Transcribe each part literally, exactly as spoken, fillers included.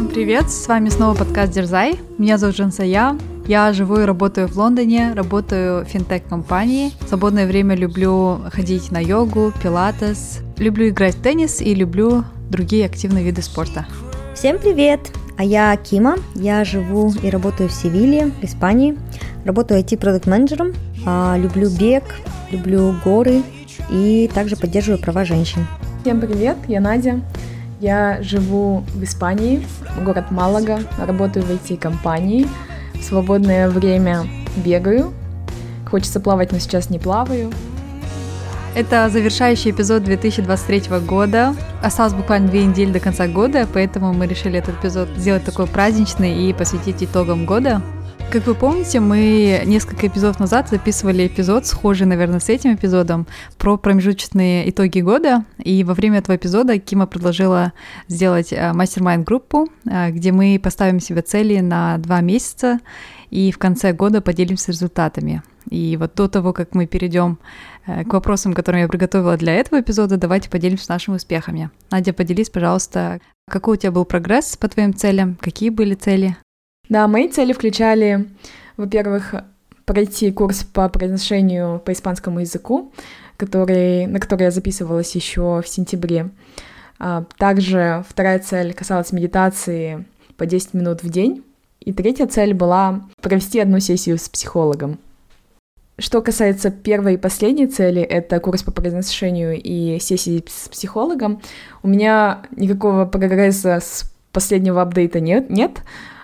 Всем привет, с вами снова подкаст Дерзай. Меня зовут Жансая. Я живу и работаю в Лондоне, работаю в финтех-компании. В свободное время люблю ходить на йогу, пилатес, люблю играть в теннис и люблю другие активные виды спорта. Всем привет! А я Кима, я живу и работаю в Севилье, в Испании. Работаю ай ти-продакт-менеджером, люблю бег, люблю горы и также поддерживаю права женщин. Всем привет, я Надя. Я живу в Испании, город Малага, работаю в ай ти-компании. В свободное время бегаю. Хочется плавать, но сейчас не плаваю. Это завершающий эпизод две тысячи двадцать третьего года. Осталось буквально две недели до конца года, поэтому мы решили этот эпизод сделать такой праздничный и посвятить итогам года. Как вы помните, мы несколько эпизодов назад записывали эпизод, схожий, наверное, с этим эпизодом, про промежуточные итоги года. И во время этого эпизода Кима предложила сделать мастер-майнд-группу, где мы поставим себе цели на два месяца и в конце года поделимся результатами. И вот до того, как мы перейдем к вопросам, которые я приготовила для этого эпизода, давайте поделимся нашими успехами. Надя, поделись, пожалуйста, какой у тебя был прогресс по твоим целям, какие были цели? Да, мои цели включали, во-первых, пройти курс по произношению по испанскому языку, который, на который я записывалась еще в сентябре. Также вторая цель касалась медитации по десять минут в день. И третья цель была провести одну сессию с психологом. Что касается первой и последней цели, это курс по произношению и сессии с психологом, у меня никакого прогресса с последнего апдейта нет, нет.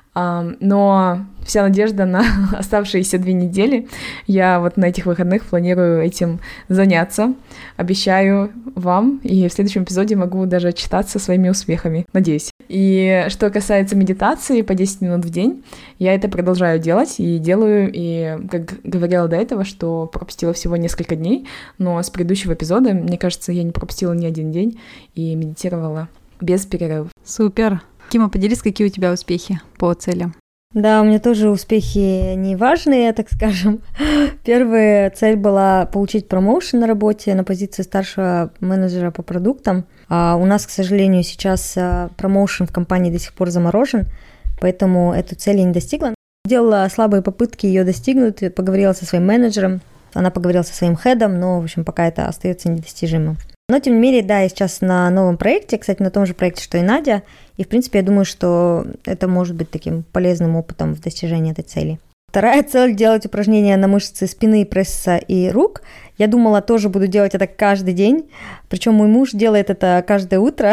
Но вся надежда на оставшиеся две недели. Я вот на этих выходных планирую этим заняться. Обещаю вам, и в следующем эпизоде могу даже отчитаться своими успехами. Надеюсь. И что касается медитации по десять минут в день, я это продолжаю делать и делаю, и, как говорила до этого, что пропустила всего несколько дней, но с предыдущего эпизода, мне кажется, я не пропустила ни один день и медитировала без перерывов. Супер! Кима, поделись, какие у тебя успехи по целям? Да, у меня тоже успехи не важные, так скажем. Первая цель была получить промоушен на работе на позиции старшего менеджера по продуктам. А у нас, к сожалению, сейчас промоушен в компании до сих пор заморожен, поэтому эту цель я не достигла. Делала слабые попытки ее достигнуть, поговорила со своим менеджером, она поговорила со своим хедом, но, в общем, пока это остается недостижимым. Но, тем не менее, да, я сейчас на новом проекте, кстати, на том же проекте, что и Надя, и, в принципе, я думаю, что это может быть таким полезным опытом в достижении этой цели. Вторая цель – делать упражнения на мышцы спины, пресса и рук. Я думала, тоже буду делать это каждый день, причем мой муж делает это каждое утро.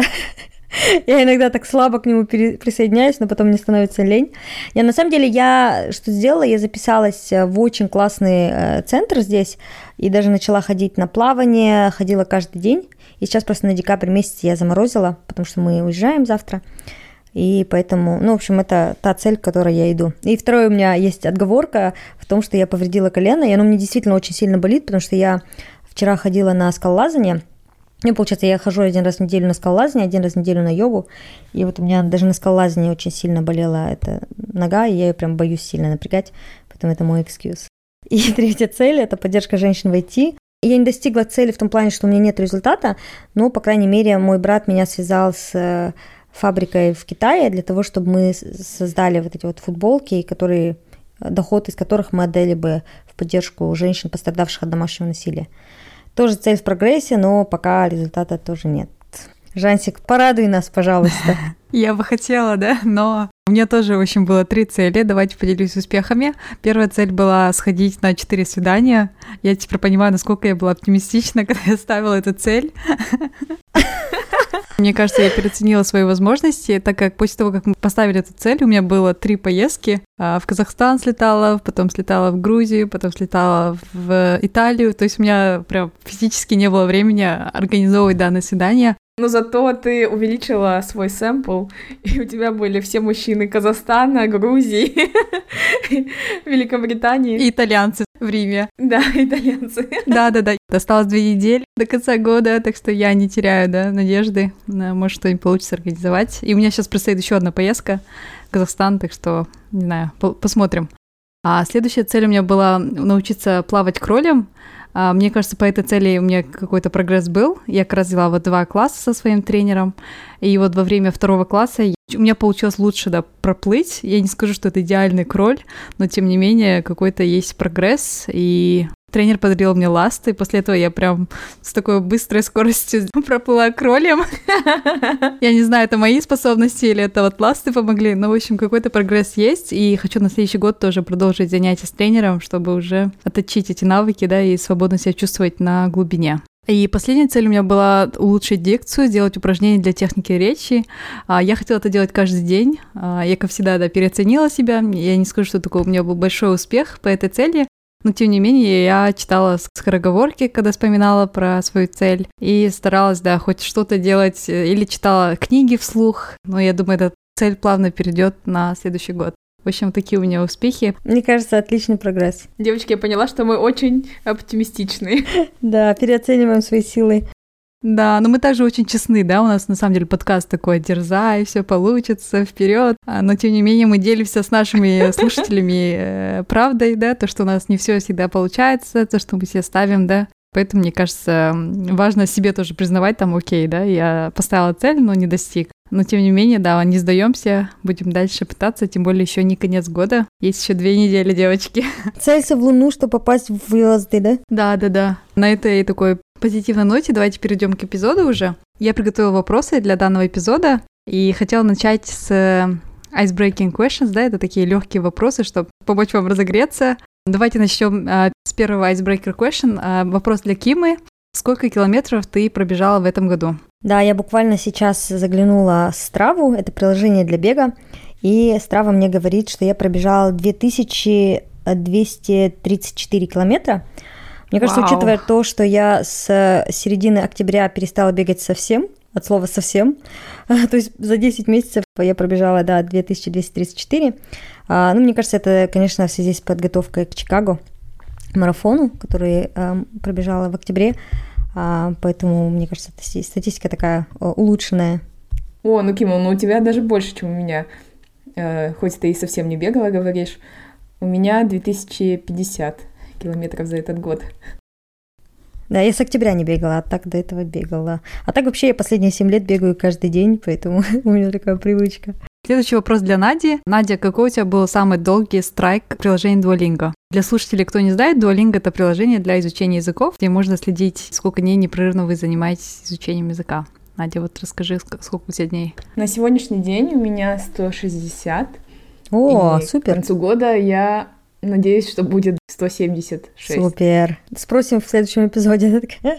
Я иногда так слабо к нему присоединяюсь, но потом мне становится лень. Я, на самом деле, я что сделала? Я записалась в очень классный центр здесь и даже начала ходить на плавание, ходила каждый день. И сейчас просто на декабрь месяц я заморозила, потому что мы уезжаем завтра. И поэтому, ну, в общем, это та цель, к которой я иду. И второе, у меня есть отговорка в том, что я повредила колено, и оно мне действительно очень сильно болит, потому что я вчера ходила на скалолазание. Ну, получается, я хожу один раз в неделю на скалолазание, один раз в неделю на йогу, и вот у меня даже на скалолазании очень сильно болела эта нога, и я ее прям боюсь сильно напрягать, поэтому это мой экскьюз. И третья цель – это поддержка женщин в ай ти. Я не достигла цели в том плане, что у меня нет результата, но, по крайней мере, мой брат меня связал с фабрикой в Китае для того, чтобы мы создали вот эти вот футболки, которые, доход из которых мы отдали бы в поддержку женщин, пострадавших от домашнего насилия. Тоже цель в прогрессе, но пока результата тоже нет. Жансик, порадуй нас, пожалуйста. Я бы хотела, да, но у меня тоже, в общем, было три цели. Давайте поделюсь успехами. Первая цель была сходить на четыре свидания. Я теперь понимаю, насколько я была оптимистична, когда я ставила эту цель. Мне кажется, я переоценила свои возможности, так как после того, как мы поставили эту цель, у меня было три поездки. В Казахстан слетала, потом слетала в Грузию, потом слетала в Италию. То есть у меня прям физически не было времени организовывать данное свидание. Но зато ты увеличила свой сэмпл, и у тебя были все мужчины Казахстана, Грузии, Великобритании. И итальянцы в Риме. Да, итальянцы. Да-да-да. Осталось две недели до конца года, так что я не теряю, да, надежды. Может, что-нибудь получится организовать. И у меня сейчас предстоит еще одна поездка в Казахстан, так что, не знаю, посмотрим. А следующая цель у меня была научиться плавать кролем. Мне кажется, по этой цели у меня какой-то прогресс был. Я как раз взяла вот два класса со своим тренером. И вот во время второго класса я, у меня получилось лучше, да, проплыть. Я не скажу, что это идеальный кроль, но тем не менее какой-то есть прогресс. И тренер подарил мне ласты, и после этого я прям с такой быстрой скоростью проплыла кролем. Я не знаю, это мои способности или это вот ласты помогли, но, в общем, какой-то прогресс есть, и хочу на следующий год тоже продолжить занятия с тренером, чтобы уже отточить эти навыки, да, и свободно себя чувствовать на глубине. И последняя цель у меня была улучшить дикцию, сделать упражнения для техники речи. Я хотела это делать каждый день. Я, как всегда, да, переоценила себя. Я не скажу, что такой у меня был большой успех по этой цели, но, тем не менее, я читала скороговорки, когда вспоминала про свою цель, и старалась, да, хоть что-то делать, или читала книги вслух, но я думаю, эта цель плавно перейдет на следующий год. В общем, такие у меня успехи. Мне кажется, отличный прогресс. Девочки, я поняла, что мы очень оптимистичные. Да, переоцениваем свои силы. Да, но мы также очень честны, да, у нас на самом деле подкаст такой «Дерзай, все получится, вперед. Но тем не менее мы делимся с нашими слушателями э, правдой, да, то, что у нас не все всегда получается, то, что мы себе ставим, да. Поэтому, мне кажется, важно себе тоже признавать, там, окей, да, я поставила цель, но не достиг. Но тем не менее, да, не сдаемся, будем дальше пытаться, тем более еще не конец года, есть еще две недели, девочки. Целься в Луну, чтобы попасть в звезды, да? Да, да, да. На этой такой позитивной ноте давайте перейдем к эпизоду уже. Я приготовила вопросы для данного эпизода и хотела начать с icebreaking questions, да, это такие легкие вопросы, чтобы помочь вам разогреться. Давайте начнем а, с первого icebreaker question. А, вопрос для Кимы. Сколько километров ты пробежала в этом году? Да, я буквально сейчас заглянула в Страву, это приложение для бега, и Страва мне говорит, что я пробежала две тысячи двести тридцать четыре километра. Мне кажется, Вау. Учитывая то, что я с середины октября перестала бегать совсем, от слова совсем, то есть за десять месяцев я пробежала, да, две тысячи двести тридцать четыре. Ну, мне кажется, это, конечно, в связи с подготовкой к Чикаго, марафону, который пробежала в октябре, поэтому, мне кажется, статистика такая улучшенная. О, ну, Кима, ну у тебя даже больше, чем у меня, хоть ты и совсем не бегала, говоришь. У меня две тысячи пятьдесят километров за этот год. Да, я с октября не бегала, а так до этого бегала. А так вообще я последние семь лет бегаю каждый день, поэтому у меня такая привычка. Следующий вопрос для Нади. Надя, какой у тебя был самый долгий страйк приложения Duolingo? Для слушателей, кто не знает, Duolingo — это приложение для изучения языков, где можно следить, сколько дней непрерывно вы занимаетесь изучением языка. Надя, вот расскажи, сколько у тебя дней? На сегодняшний день у меня сто шестьдесят. О, и супер. К концу года я надеюсь, что будет сто семьдесят шесть. Супер. Спросим в следующем эпизоде.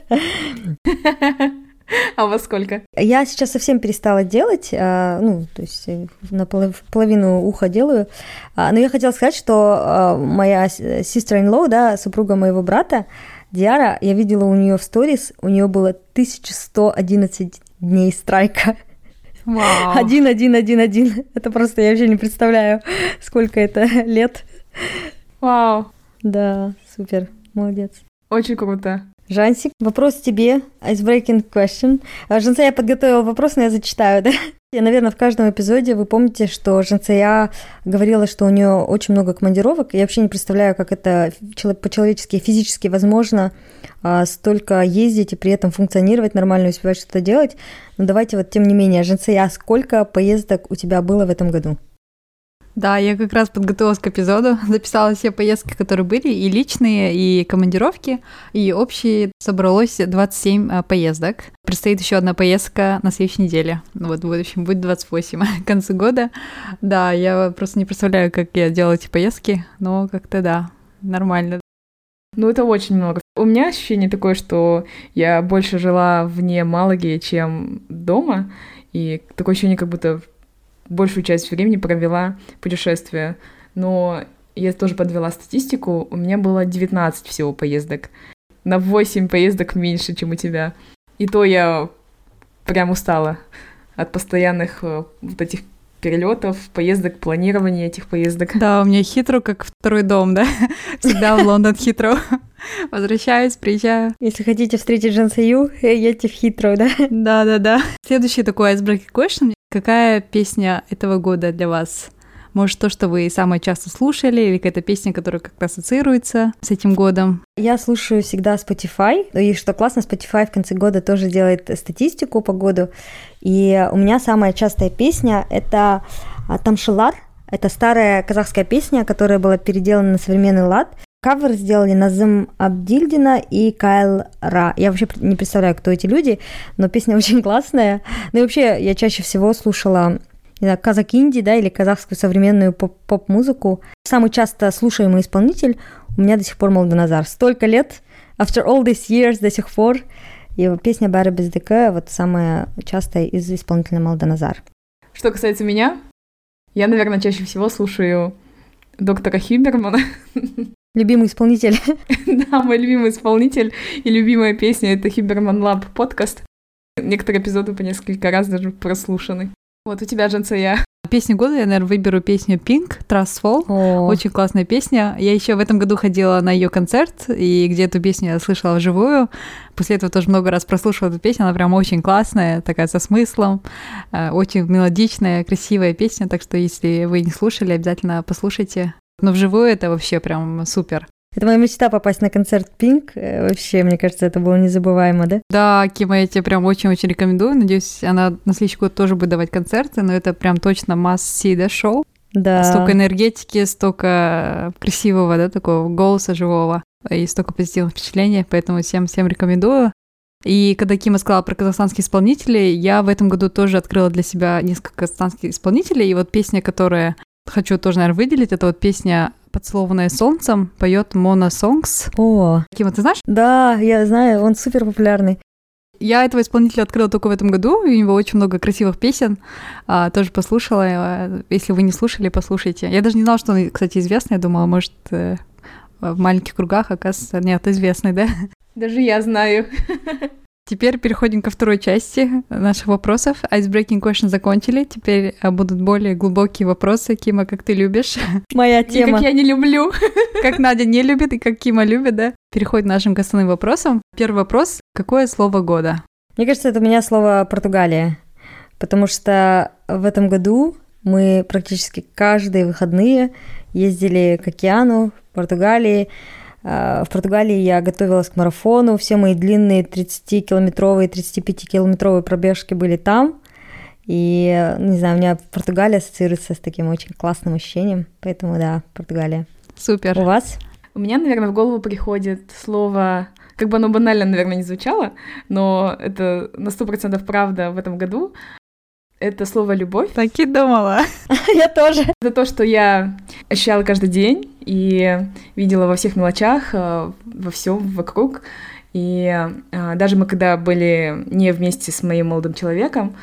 А у вас сколько? Я сейчас совсем перестала делать, ну, то есть на половину уха делаю, но я хотела сказать, что моя sister-in-law, да, супруга моего брата, Диара, я видела у нее в сторис, у нее было тысяча сто одиннадцать дней страйка. Вау. Один, один, один, один. Это просто, я вообще не представляю, сколько это лет. Вау. Да, супер, молодец. Очень круто. Жансик, вопрос тебе, icebreaking question. Жансая подготовила вопрос, но я зачитаю, да? И, наверное, в каждом эпизоде вы помните, что Жансая говорила, что у нее очень много командировок. Я вообще не представляю, как это по-человечески, физически возможно а, столько ездить и при этом функционировать нормально, успевать что-то делать. Но давайте вот, тем не менее, Жансая, сколько поездок у тебя было в этом году? Да, я как раз подготовилась к эпизоду, записала все поездки, которые были, и личные, и командировки, и общие собралось двадцать семь а, поездок. Предстоит еще одна поездка на следующей неделе. Вот в будущем будет двадцать восемь к концу года. Да, я просто не представляю, как я делала эти поездки, но как-то да, нормально. Ну, это очень много. У меня ощущение такое, что я больше жила вне Малаги, чем дома, и такое ощущение, как будто большую часть времени провела путешествие. Но я тоже подвела статистику. У меня было девятнадцать всего поездок. На восемь поездок меньше, чем у тебя. И то я прям устала от постоянных вот этих перелетов, поездок, планирования этих поездок. Да, у меня Хитроу как второй дом, да? Всегда в Лондон Хитроу. Возвращаюсь, приезжаю. Если хотите встретить Жансаю, едьте в Хитроу, да? Да-да-да. Следующий такой icebreaking question. Какая песня этого года для вас Может, то, что вы самое часто слушали, или какая-то песня, которая как-то ассоциируется с этим годом? Я слушаю всегда Spotify, и что классно, Spotify в конце года тоже делает статистику по году, и у меня самая частая песня — это «Тамшылар». Это старая казахская песня, которая была переделана на современный лад. Кавер сделали Назым Абдильдина и Кайл Ра. Я вообще не представляю, кто эти люди, но песня очень классная. Ну и вообще, я чаще всего слушала, не знаю, казак-инди, да, или казахскую современную поп- поп-музыку. Самый часто слушаемый исполнитель у меня до сих пор Молданазар. Столько лет, after all these years, до сих пор. И песня «Бәрі біздікі» вот самая частая из исполнителя Молданазар. Что касается меня, я, наверное, чаще всего слушаю доктора Хибермана. Любимый исполнитель. Да, мой любимый исполнитель и любимая песня — это Хиберман Лаб подкаст. Некоторые эпизоды по несколько раз даже прослушаны. Вот у тебя, Жансая. Песню года я, наверное, выберу песню Pink, Trust Fall. О. Очень классная песня. Я еще в этом году ходила на ее концерт, и где эту песню я слышала вживую. После этого тоже много раз прослушала эту песню. Она прям очень классная, такая со смыслом, очень мелодичная, красивая песня. Так что если вы не слушали, обязательно послушайте. Но вживую это вообще прям супер. Это моя мечта — попасть на концерт Pink. Вообще, мне кажется, это было незабываемо, да? Да, Кима, я тебе прям очень-очень рекомендую. Надеюсь, она на следующий год тоже будет давать концерты, но это прям точно must-see, да, шоу. Да. Столько энергетики, столько красивого, да, такого голоса живого и столько позитивных впечатлений, поэтому всем-всем рекомендую. И когда Кима сказала про казахстанских исполнителей, я в этом году тоже открыла для себя несколько казахстанских исполнителей, и вот песня, которая хочу тоже, наверное, выделить, это вот песня «Поцелованная солнцем», поет Мона Сонгс. О, Кима, ты знаешь? да, я знаю, он супер популярный. Я этого исполнителя открыла только в этом году, и у него очень много красивых песен, а, тоже послушала. Если вы не слушали, послушайте. Я даже не знала, что он, кстати, известный. Я думала, может, в маленьких кругах, оказывается, нет, известный, да? Даже я знаю. Теперь переходим ко второй части наших вопросов. Icebreaking question закончили. Теперь будут более глубокие вопросы. Кима, как ты любишь? Моя И тема. как я не люблю. Как Надя не любит и как Кима любит, да? Переходим к нашим к основным вопросам. Первый вопрос. Какое слово года? Мне кажется, это у меня слово «Португалия», потому что в этом году мы практически каждые выходные ездили к океану в Португалии. В Португалии я готовилась к марафону, все мои длинные тридцатикилометровые, тридцатипятикилометровые пробежки были там. И, не знаю, у меня Португалия ассоциируется с таким очень классным ощущением, поэтому да, Португалия. Супер. У вас? У меня, наверное, в голову приходит слово, как бы оно банально, наверное, не звучало, но это на сто процентов правда в этом году. Это слово «любовь». Так и думала. Я тоже. Это то, что я ощущала каждый день и видела во всех мелочах, во всем вокруг. И даже мы, когда были не вместе с моим молодым человеком,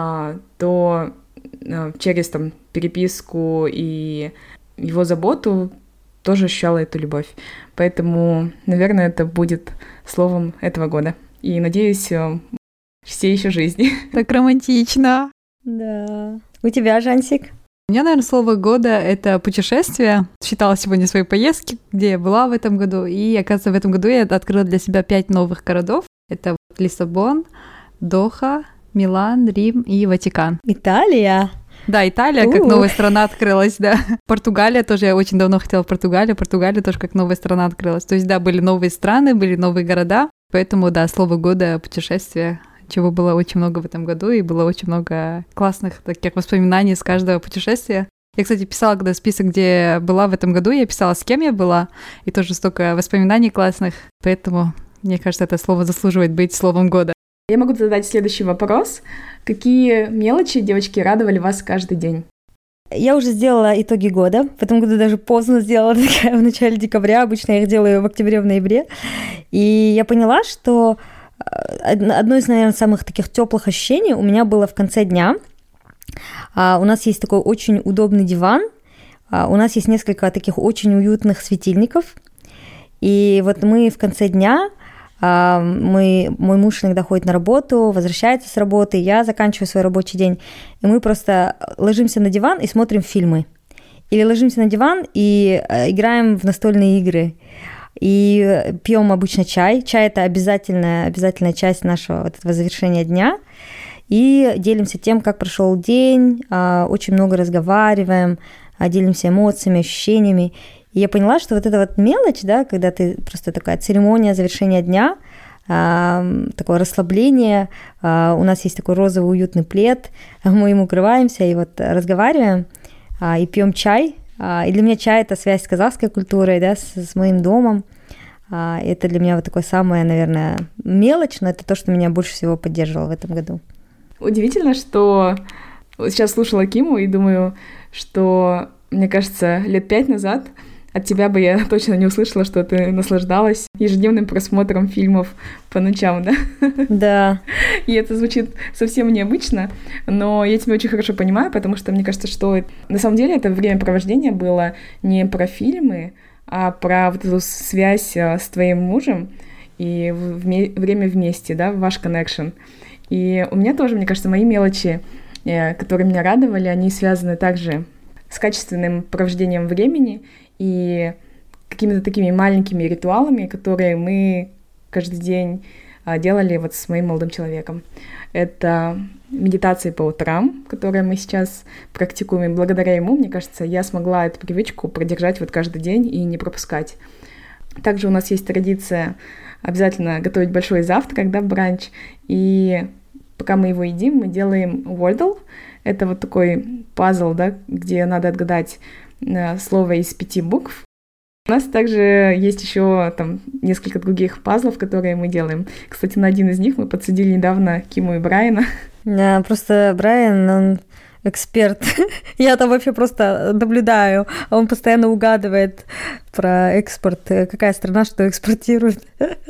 то через там переписку и его заботу тоже ощущала эту любовь. Поэтому, наверное, это будет словом этого года. И, надеюсь, все еще жизни. Так романтично. Да. У тебя, Жансик? У меня, наверное, слово года — это путешествие. Считала сегодня свои поездки, где я была в этом году. И, оказывается, в этом году я открыла для себя пять новых городов. Это Лиссабон, Доха, Милан, Рим и Ватикан. Италия. Да, Италия как У-у. новая страна открылась, да. Португалия тоже, я очень давно хотела в Португалию. Португалия тоже как новая страна открылась. То есть, да, были новые страны, были новые города. Поэтому, да, слово года — путешествие, чего было очень много в этом году, и было очень много классных таких воспоминаний с каждого путешествия. Я, кстати, писала, когда список, где была в этом году, я писала, с кем я была, и тоже столько воспоминаний классных, поэтому, мне кажется, это слово заслуживает быть словом года. Я могу задать следующий вопрос. Какие мелочи, девочки, радовали вас каждый день? Я уже сделала итоги года. В этом году даже поздно сделала, в начале декабря. Обычно я их делаю в октябре, в ноябре. И я поняла, что одно из, наверное, самых таких теплых ощущений у меня было в конце дня. У нас есть такой очень удобный диван. У нас есть несколько таких очень уютных светильников. И вот мы в конце дня... Мы, мой муж иногда ходит на работу, возвращается с работы, я заканчиваю свой рабочий день, и мы просто ложимся на диван и смотрим фильмы. Или ложимся на диван и играем в настольные игры. И пьем обычно чай. Чай — это обязательная, обязательная часть нашего вот этого завершения дня. И делимся тем, как прошел день, очень много разговариваем, делимся эмоциями, ощущениями. И я поняла, что вот эта вот мелочь, да, когда ты просто такая церемония завершения дня, такое расслабление, у нас есть такой розовый уютный плед, мы им укрываемся и вот разговариваем, и пьем чай. И для меня чай – это связь с казахской культурой, да, с, с моим домом. Это для меня вот такое самое, наверное, мелочь, но это то, что меня больше всего поддерживало в этом году. Удивительно, что сейчас слушала Киму и думаю, что, мне кажется, лет пять назад от тебя бы я точно не услышала, что ты наслаждалась ежедневным просмотром фильмов по ночам, да? Да. И это звучит совсем необычно, но я тебя очень хорошо понимаю, потому что мне кажется, что на самом деле это времяпровождение было не про фильмы, а про вот эту связь с твоим мужем и вме- время вместе, да, ваш коннекшн. И у меня тоже, мне кажется, мои мелочи, которые меня радовали, они связаны также с качественным провождением времени и какими-то такими маленькими ритуалами, которые мы каждый день делали вот с моим молодым человеком. Это медитации по утрам, которые мы сейчас практикуем. И благодаря ему, мне кажется, я смогла эту привычку продержать вот каждый день и не пропускать. Также у нас есть традиция обязательно готовить большой завтрак, да, бранч. И пока мы его едим, мы делаем Wordle. Это вот такой пазл, да, где надо отгадать слово из пяти букв. У нас также есть еще там несколько других пазлов, которые мы делаем. Кстати, на один из них мы подсадили недавно Киму и Брайана. Да, просто Брайан, он эксперт. Я там вообще просто наблюдаю. Он постоянно угадывает про экспорт, какая страна что экспортирует.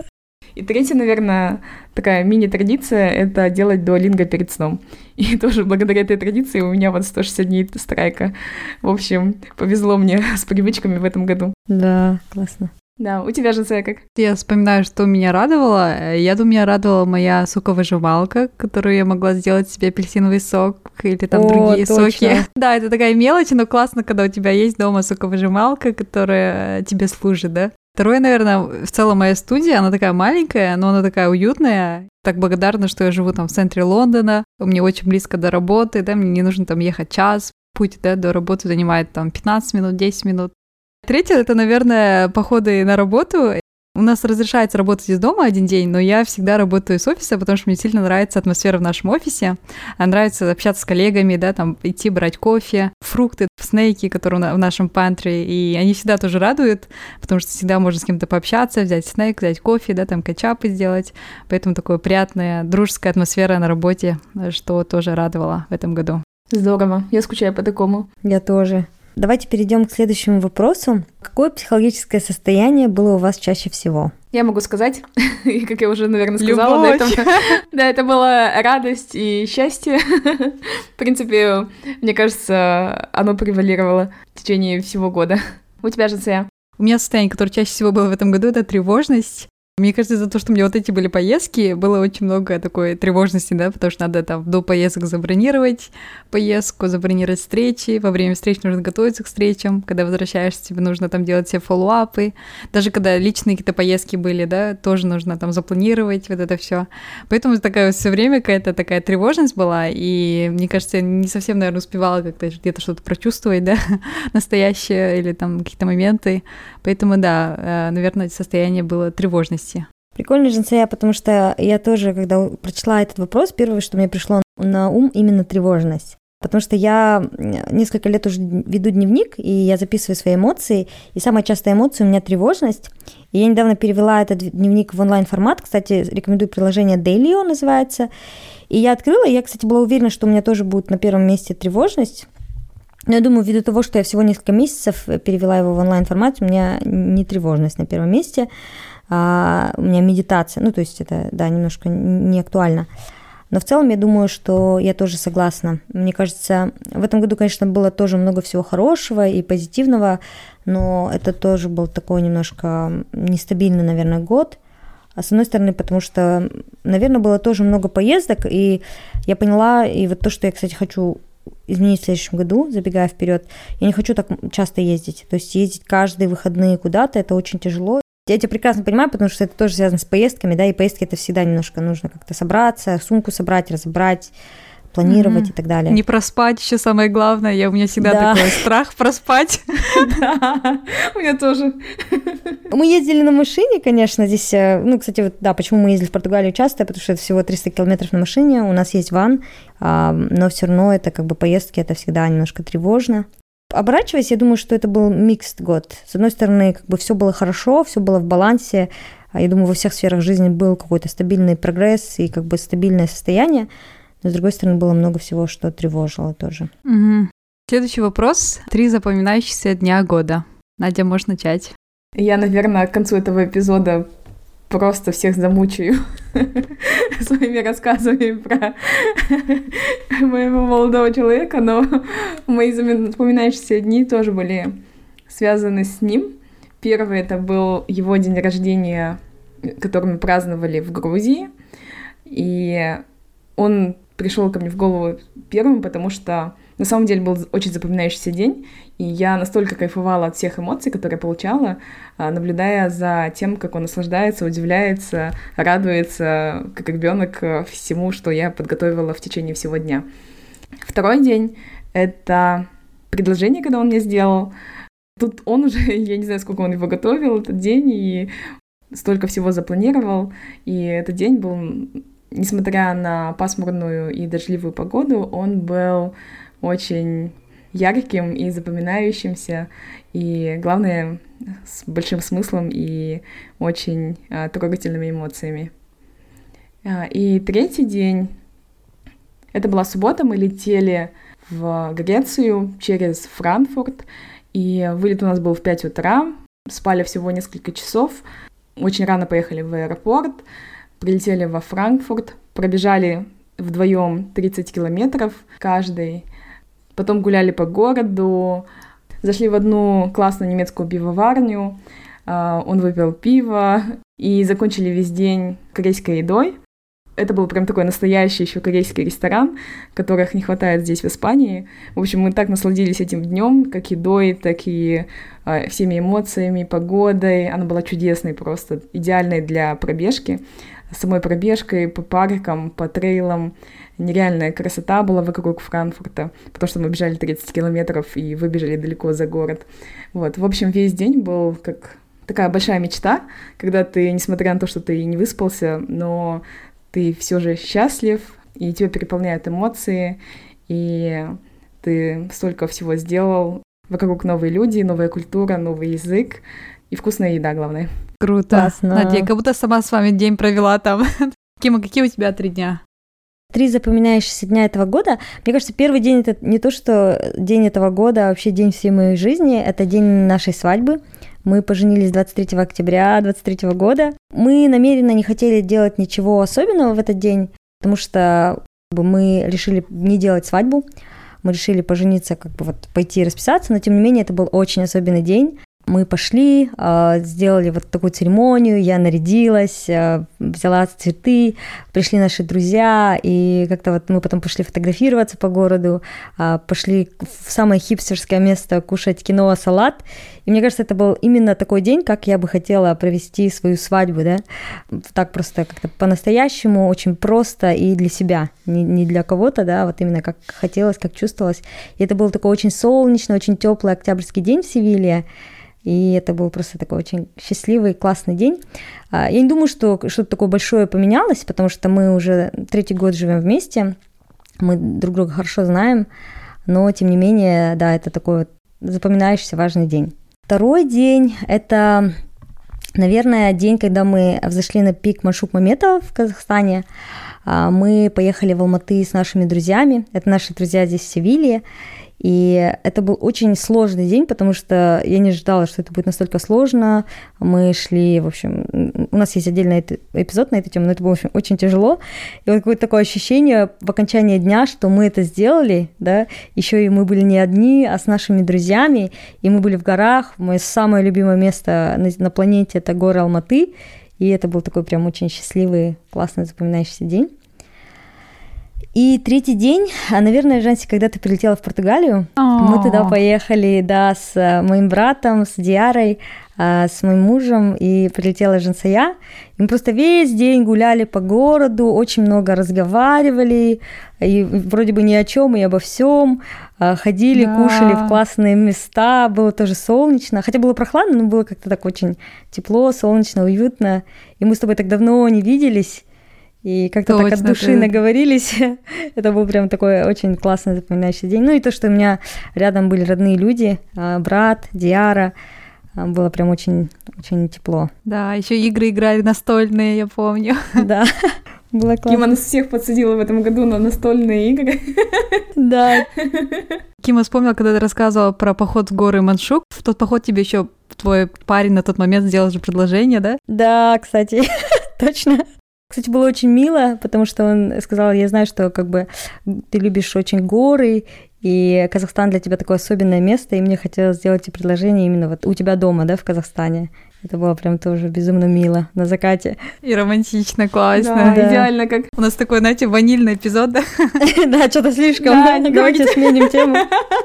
И третья, наверное, такая мини-традиция — это делать дуолинго перед сном. И тоже благодаря этой традиции у меня вот сто шестьдесят дней страйка. В общем, повезло мне с привычками в этом году. Да, классно. Да, у тебя же, Зая, как? Я вспоминаю, что меня радовало. Я думаю, меня радовала моя соковыжималка, которую я могла сделать себе апельсиновый сок или там О, другие точно. соки. Да, это такая мелочь, но классно, когда у тебя есть дома соковыжималка, которая тебе служит, да? Второе, наверное, в целом моя студия, она такая маленькая, но она такая уютная. Так благодарна, что я живу там в центре Лондона, мне очень близко до работы, да, мне не нужно там ехать час, путь, да, до работы занимает там пятнадцать минут, десять минут. Третье, это, наверное, походы на работу. У нас разрешается работать из дома один день, но я всегда работаю с офиса, потому что мне сильно нравится атмосфера в нашем офисе. Нравится общаться с коллегами, да, там идти брать кофе, фрукты, снеки, которые в нашем пантри, и они всегда тоже радуют, потому что всегда можно с кем-то пообщаться, взять снэк, взять кофе, да, там кетчапы сделать. Поэтому такая приятная дружеская атмосфера на работе, что тоже радовало в этом году. Здорово, я скучаю по такому. Я тоже. Давайте перейдем к следующему вопросу. Какое психологическое состояние было у вас чаще всего? Я могу сказать, как я уже, наверное, сказала, до этого, да, это была радость и счастье. В принципе, мне кажется, оно превалировало в течение всего года. У тебя же, Ция? У меня состояние, которое чаще всего было в этом году, это тревожность. Мне кажется, из-за того, что у меня вот эти были поездки, было очень много такой тревожности, да, потому что надо там до поездок забронировать поездку, забронировать встречи, во время встреч нужно готовиться к встречам, когда возвращаешься, тебе нужно там делать все фоллоуапы, даже когда личные какие-то поездки были, да, тоже нужно там запланировать вот это все. Поэтому такая все время какая-то такая тревожность была, и мне кажется, я не совсем, наверное, успевала как-то где-то что-то прочувствовать, да, настоящее или там какие-то моменты. Поэтому, да, наверное, состояние было тревожности. Прикольно, Женсея, потому что я тоже, когда прочла этот вопрос, первое, что мне пришло на ум, именно тревожность. Потому что я несколько лет уже веду дневник, и я записываю свои эмоции, и самая частая эмоция у меня тревожность. И я недавно перевела этот дневник в онлайн-формат, кстати, рекомендую приложение Dailyo называется. И я открыла, и я, кстати, была уверена, что у меня тоже будет на первом месте тревожность. Но я думаю, ввиду того, что я всего несколько месяцев перевела его в онлайн-формат, у меня не тревожность на первом месте, а у меня медитация. Ну, то есть это, да, немножко не актуально. Но в целом я думаю, что я тоже согласна. Мне кажется, в этом году, конечно, было тоже много всего хорошего и позитивного, но это тоже был такой немножко нестабильный, наверное, год. А с одной стороны, потому что, наверное, было тоже много поездок, и я поняла, и вот то, что я, кстати, хочу изменить в следующем году, забегая вперед, я не хочу так часто ездить. То есть ездить каждые выходные куда-то, это очень тяжело. Я тебя прекрасно понимаю, потому что это тоже связано с поездками, да, и поездки это всегда немножко нужно как-то собраться, сумку собрать, разобрать, планировать mm-hmm. и так далее. Не проспать еще самое главное. Я, у меня всегда да. такой страх проспать. Да, у меня тоже. Мы ездили на машине, конечно, здесь, ну, кстати, вот, да, почему мы ездили в Португалию часто, потому что это всего триста километров на машине, у нас есть ван, но все равно это как бы поездки, это всегда немножко тревожно. Оборачиваясь, я думаю, что это был миксд год. С одной стороны, как бы все было хорошо, все было в балансе. Я думаю, во всех сферах жизни был какой-то стабильный прогресс и как бы стабильное состояние. Но, с другой стороны, было много всего, что тревожило тоже. Угу. Следующий вопрос. Три запоминающихся дня года. Надя, можешь начать. Я, наверное, к концу этого эпизода просто всех замучаю своими рассказами про моего молодого человека, но мои запоминающиеся дни тоже были связаны с ним. Первый — это был его день рождения, который мы праздновали в Грузии, и он пришел ко мне в голову первым, потому что на самом деле был очень запоминающийся день, и я настолько кайфовала от всех эмоций, которые я получала, наблюдая за тем, как он наслаждается, удивляется, радуется, как ребенок, всему, что я подготовила в течение всего дня. Второй день — это предложение, когда он мне сделал. Тут он уже, я не знаю, сколько он его готовил этот день, и столько всего запланировал, и этот день был, несмотря на пасмурную и дождливую погоду, он был очень ярким и запоминающимся, и, главное, с большим смыслом и очень а, трогательными эмоциями. А, и третий день, это была суббота, мы летели в Грецию через Франкфурт, и вылет у нас был в пять утра, спали всего несколько часов, очень рано поехали в аэропорт, прилетели во Франкфурт, пробежали вдвоем тридцать километров каждый, потом гуляли по городу, зашли в одну классную немецкую пивоварню, он выпил пиво, и закончили весь день корейской едой. Это был прям такой настоящий еще корейский ресторан, которых не хватает здесь, в Испании. В общем, мы так насладились этим днем, как едой, так и э, всеми эмоциями, погодой. Она была чудесной просто, идеальной для пробежки. Самой пробежкой по паркам, по трейлам. Нереальная красота была вокруг Франкфурта, потому что мы бежали тридцать километров и выбежали далеко за город. Вот. В общем, весь день был как такая большая мечта, когда ты, несмотря на то, что ты не выспался, но ты все же счастлив, и тебя переполняют эмоции, и ты столько всего сделал. Вокруг новые люди, новая культура, новый язык и вкусная еда, главное. Круто. Классно. Надя, я как будто сама с вами день провела там. Кима, какие у тебя три дня? Три запоминающихся дня этого года. Мне кажется, первый день — это не то, что день этого года, а вообще день всей моей жизни. Это день нашей свадьбы. Мы поженились двадцать третьего октября двадцать третьего года. Мы намеренно не хотели делать ничего особенного в этот день, потому что мы решили не делать свадьбу. Мы решили пожениться, как бы вот пойти расписаться, но тем не менее это был очень особенный день. Мы пошли, сделали вот такую церемонию, я нарядилась, взяла цветы, пришли наши друзья, и как-то вот мы потом пошли фотографироваться по городу, пошли в самое хипстерское место кушать киноа-салат. И мне кажется, это был именно такой день, как я бы хотела провести свою свадьбу, да, так просто как-то по-настоящему, очень просто и для себя, не, не для кого-то, да, вот именно как хотелось, как чувствовалось. И это был такой очень солнечный, очень теплый октябрьский день в Севилье. И это был просто такой очень счастливый, классный день. Я не думаю, что что-то такое большое поменялось, потому что мы уже третий год живем вместе, мы друг друга хорошо знаем, но тем не менее, да, это такой вот запоминающийся важный день. Второй день – это, наверное, день, когда мы взошли на пик Маншук-Маметова в Казахстане. Мы поехали в Алматы с нашими друзьями, это наши друзья здесь в Севилье. И это был очень сложный день, потому что я не ожидала, что это будет настолько сложно. Мы шли, в общем, у нас есть отдельный эпизод на эту тему, но это было, в общем, очень тяжело. И вот какое-то такое ощущение в окончании дня, что мы это сделали, да, еще и мы были не одни, а с нашими друзьями, и мы были в горах. Мое самое любимое место на, на планете – это горы Алматы, и это был такой прям очень счастливый, классный, запоминающийся день. И третий день, наверное, Жанси, когда ты прилетела в Португалию, Oh. мы туда поехали, да, с моим братом, с Диарой, а, с моим мужем, и прилетела Жансая. И мы просто весь день гуляли по городу, очень много разговаривали, и вроде бы ни о чем, и обо всем. А, ходили, да. Кушали в классные места, было тоже солнечно. Хотя было прохладно, но было как-то так очень тепло, солнечно, уютно. И мы с тобой так давно не виделись. И как-то Точно, так от души ты... наговорились. Это был прям такой очень классный запоминающийся день. Ну и то, что у меня рядом были родные люди, брат, Диара, было прям очень, очень тепло. Да, еще игры играли настольные, я помню. Да, было классно. Кима нас всех подсадила в этом году на настольные игры. Да. Кима вспомнила, когда ты рассказывала про поход в горы Маншук. В тот поход тебе еще твой парень на тот момент сделал же предложение, да? Да, кстати, точно. Кстати, было очень мило, потому что он сказал, я знаю, что как бы ты любишь очень горы, и Казахстан для тебя такое особенное место, и мне хотелось сделать тебе предложение именно вот у тебя дома, да, в Казахстане. Это было прям тоже безумно мило на закате. И романтично, классно. Да, да. Идеально как. У нас такой, знаете, ванильный эпизод, да? Да, что-то слишком. Давайте сменим тему.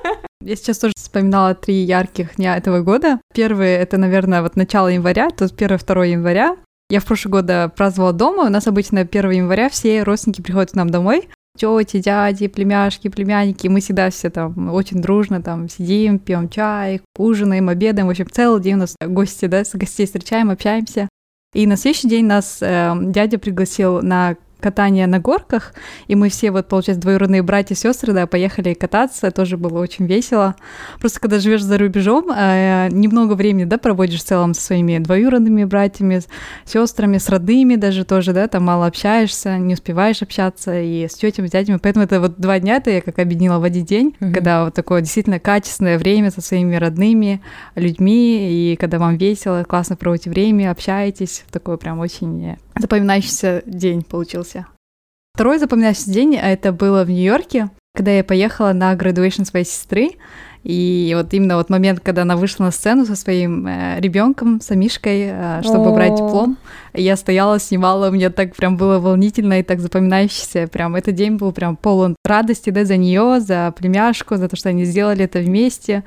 Я сейчас тоже вспоминала три ярких дня этого года. Первый — это, наверное, вот начало января, то есть первое-второе января. Я в прошлом году праздновала дома. У нас обычно первого января все родственники приходят к нам домой. Тети, дяди, племяшки, племянники. Мы всегда все там очень дружно там сидим, пьем чай, ужинаем, обедаем. В общем, целый день у нас гости, да, с гостей встречаем, общаемся. И на следующий день нас э, дядя пригласил на катание на горках, и мы все, вот, получается, двоюродные братья и сестры, да, поехали кататься, тоже было очень весело. Просто когда живешь за рубежом, э, немного времени, да, проводишь в целом со своими двоюродными братьями, сестрами, с родными даже тоже, да, там мало общаешься, не успеваешь общаться и с тетями, с дядями, поэтому это вот два дня-то я как объединила в один день, mm-hmm. когда вот такое действительно качественное время со своими родными людьми, и когда вам весело, классно проводите время, общаетесь, такой прям очень запоминающийся день получился. Второй запоминающийся день, это было в Нью-Йорке, когда я поехала на graduation своей сестры, и вот именно вот момент, когда она вышла на сцену со своим э, ребенком, с Амишкой, э, чтобы брать диплом, я стояла, снимала, мне так прям было волнительно и так запоминающийся, прям этот день был прям полон радости, да, за нее, за племяшку, за то, что они сделали это вместе,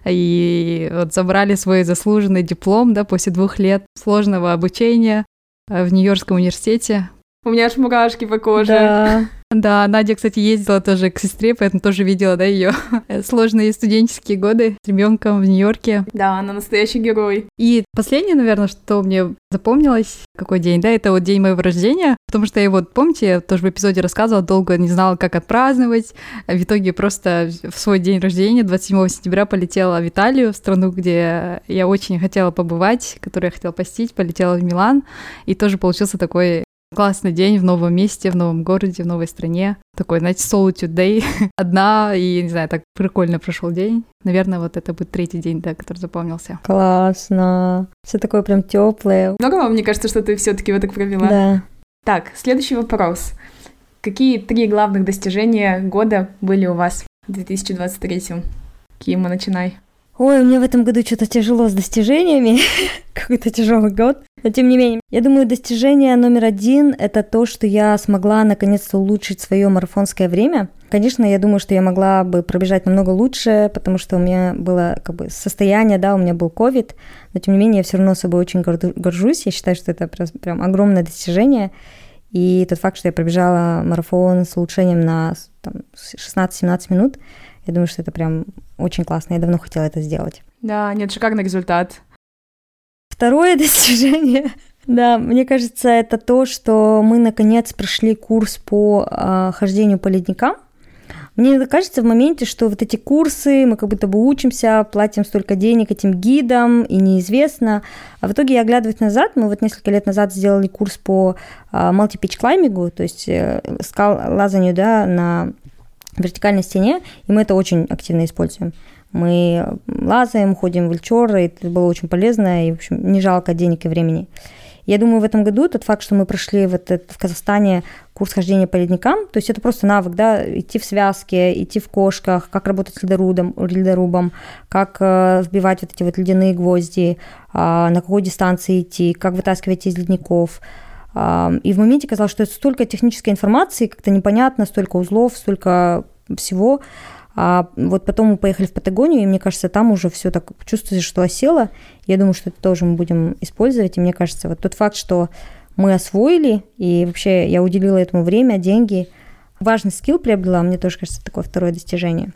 и вот забрали свой заслуженный диплом, да, после двух лет сложного обучения в Нью-Йоркском университете. У меня аж мурашки по коже. Да. Да, Надя, кстати, ездила тоже к сестре, поэтому тоже видела, да, ее сложные студенческие годы с ребенком в Нью-Йорке. Да, она настоящий герой. И последнее, наверное, что мне запомнилось, какой день, да, это вот день моего рождения, потому что я вот, помните, я тоже в эпизоде рассказывала, долго не знала, как отпраздновать, в итоге просто в свой день рождения, двадцать седьмого сентября, полетела в Италию, в страну, где я очень хотела побывать, которую я хотела посетить, полетела в Милан, и тоже получился такой классный день в новом месте, в новом городе, в новой стране. Такой, знаете, solitude day. Одна, и, не знаю, так прикольно прошел день. Наверное, вот это будет третий день, да, который запомнился. Классно. Все такое прям теплое. Здорово, мне кажется, что ты все-таки вот так провела. Да. Так, следующий вопрос. Какие три главных достижения года были у вас в две тысячи двадцать третьем? Кима, начинай. Ой, у меня в этом году что-то тяжело с достижениями. Какой-то тяжелый год. Но тем не менее, я думаю, достижение номер один — это то, что я смогла наконец-то улучшить свое марафонское время. Конечно, я думаю, что я могла бы пробежать намного лучше, потому что у меня было как бы состояние, да, у меня был ковид, но тем не менее я все равно собой очень горжусь. Я считаю, что это прям, прям огромное достижение. И тот факт, что я пробежала марафон с улучшением на там, шестнадцать-семнадцать минут, я думаю, что это прям очень классно. Я давно хотела это сделать. Да, нет, шикарный результат. Второе достижение, да, мне кажется, это то, что мы наконец прошли курс по э, хождению по ледникам. Мне кажется в моменте, что вот эти курсы, мы как будто бы учимся, платим столько денег этим гидам, и неизвестно. А в итоге я оглядываюсь назад, мы вот несколько лет назад сделали курс по э, multi-pitch climbing, то есть э, скал лазанию, да, на вертикальной стене, и мы это очень активно используем. Мы лазаем, ходим в вильчер, и это было очень полезно, и, в общем, не жалко денег и времени. Я думаю, в этом году тот факт, что мы прошли вот это, в Казахстане курс хождения по ледникам, то есть это просто навык, да, идти в связке, идти в кошках, как работать с ледорубом, ледорубом, как э, вбивать вот эти вот ледяные гвозди, э, на какой дистанции идти, как вытаскивать из ледников. Э, и в моменте казалось, что это столько технической информации, как-то непонятно, столько узлов, столько всего. А вот потом мы поехали в Патагонию, и мне кажется, там уже все так чувствуется, что осело. Я думаю, что это тоже мы будем использовать. И мне кажется, вот тот факт, что мы освоили, и вообще я уделила этому время, деньги, важный скилл приобрела, мне тоже кажется, такое второе достижение.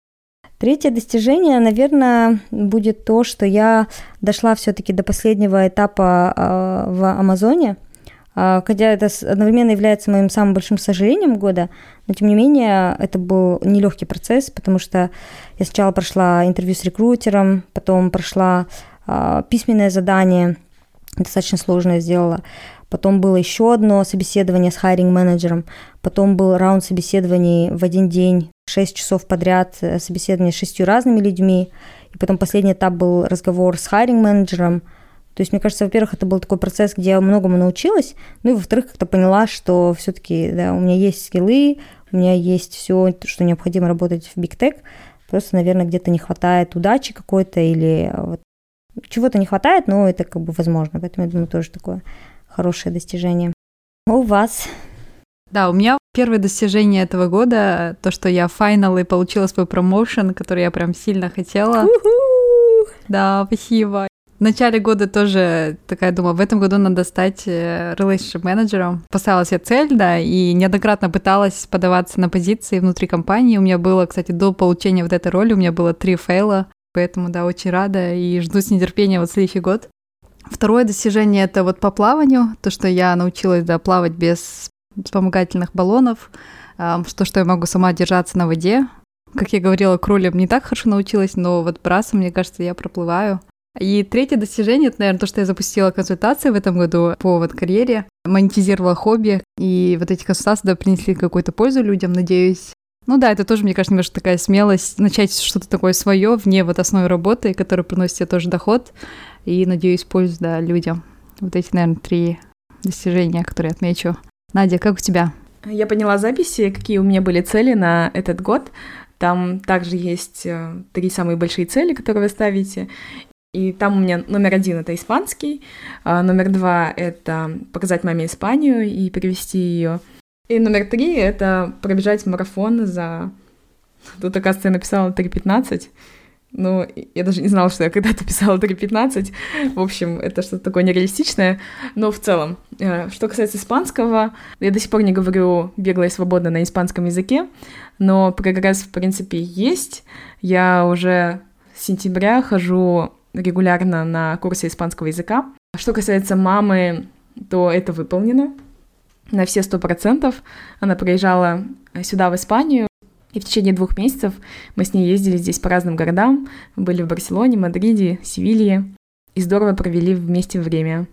Третье достижение, наверное, будет то, что я дошла все-таки до последнего этапа э, в Амазоне, э, хотя это одновременно является моим самым большим сожалением года, но тем не менее это был нелегкий процесс, потому что я сначала прошла интервью с рекрутером, потом прошла э, письменное задание, достаточно сложное сделала. Потом было еще одно собеседование с хайринг-менеджером, потом был раунд собеседований в один день, шесть часов подряд, собеседование с шестью разными людьми, и потом последний этап был разговор с хайринг-менеджером. То есть, мне кажется, во-первых, это был такой процесс, где я многому научилась, ну и во-вторых, как-то поняла, что все-таки да, у меня есть скиллы, у меня есть все, что необходимо работать в Big Tech, просто, наверное, где-то не хватает удачи какой-то или вот, чего-то не хватает, но это как бы возможно, поэтому я думаю, тоже такое хорошее достижение. У вас? Да, у меня первое достижение этого года, то, что я файнал и получила свой промоушен, который я прям сильно хотела. У-ху! Да, спасибо. В начале года тоже такая, думала, в этом году надо стать relationship менеджером. Поставила себе цель, да, и неоднократно пыталась подаваться на позиции внутри компании. У меня было, кстати, до получения вот этой роли, у меня было три фейла, поэтому, да, очень рада и жду с нетерпением вот следующий год. Второе достижение — это вот по плаванию, то, что я научилась, да, плавать без вспомогательных баллонов, то, что я могу сама держаться на воде. Как я говорила, кролем не так хорошо научилась, но вот брасом, мне кажется, я проплываю. И третье достижение — это, наверное, то, что я запустила консультации в этом году по вот карьере, монетизировала хобби, и вот эти консультации, да, принесли какую-то пользу людям, надеюсь. Ну да, это тоже, мне кажется, немножко такая смелость начать что-то такое свое вне вот основной работы, которая приносит тебе тоже доход, и, надеюсь, пользу, да, людям. Вот эти, наверное, три достижения, которые я отмечу. Надя, как у тебя? Я поняла записи, какие у меня были цели на этот год. Там также есть три самые большие цели, которые вы ставите. И там у меня номер один — это испанский, а номер два — это показать маме Испанию и перевести ее. И номер три — это пробежать марафон за... Тут, оказывается, я написала три пятнадцать. Ну, я даже не знала, что я когда-то писала три пятнадцать. В общем, это что-то такое нереалистичное. Но в целом, что касается испанского, я до сих пор не говорю бегло и свободно на испанском языке, но прогресс, в принципе, есть. Я уже с сентября хожу регулярно на курсы испанского языка. Что касается мамы, то это выполнено на все сто процентов. Она приезжала сюда, в Испанию, и в течение двух месяцев мы с ней ездили здесь по разным городам. Мы были в Барселоне, Мадриде, Севилье, и здорово провели вместе время.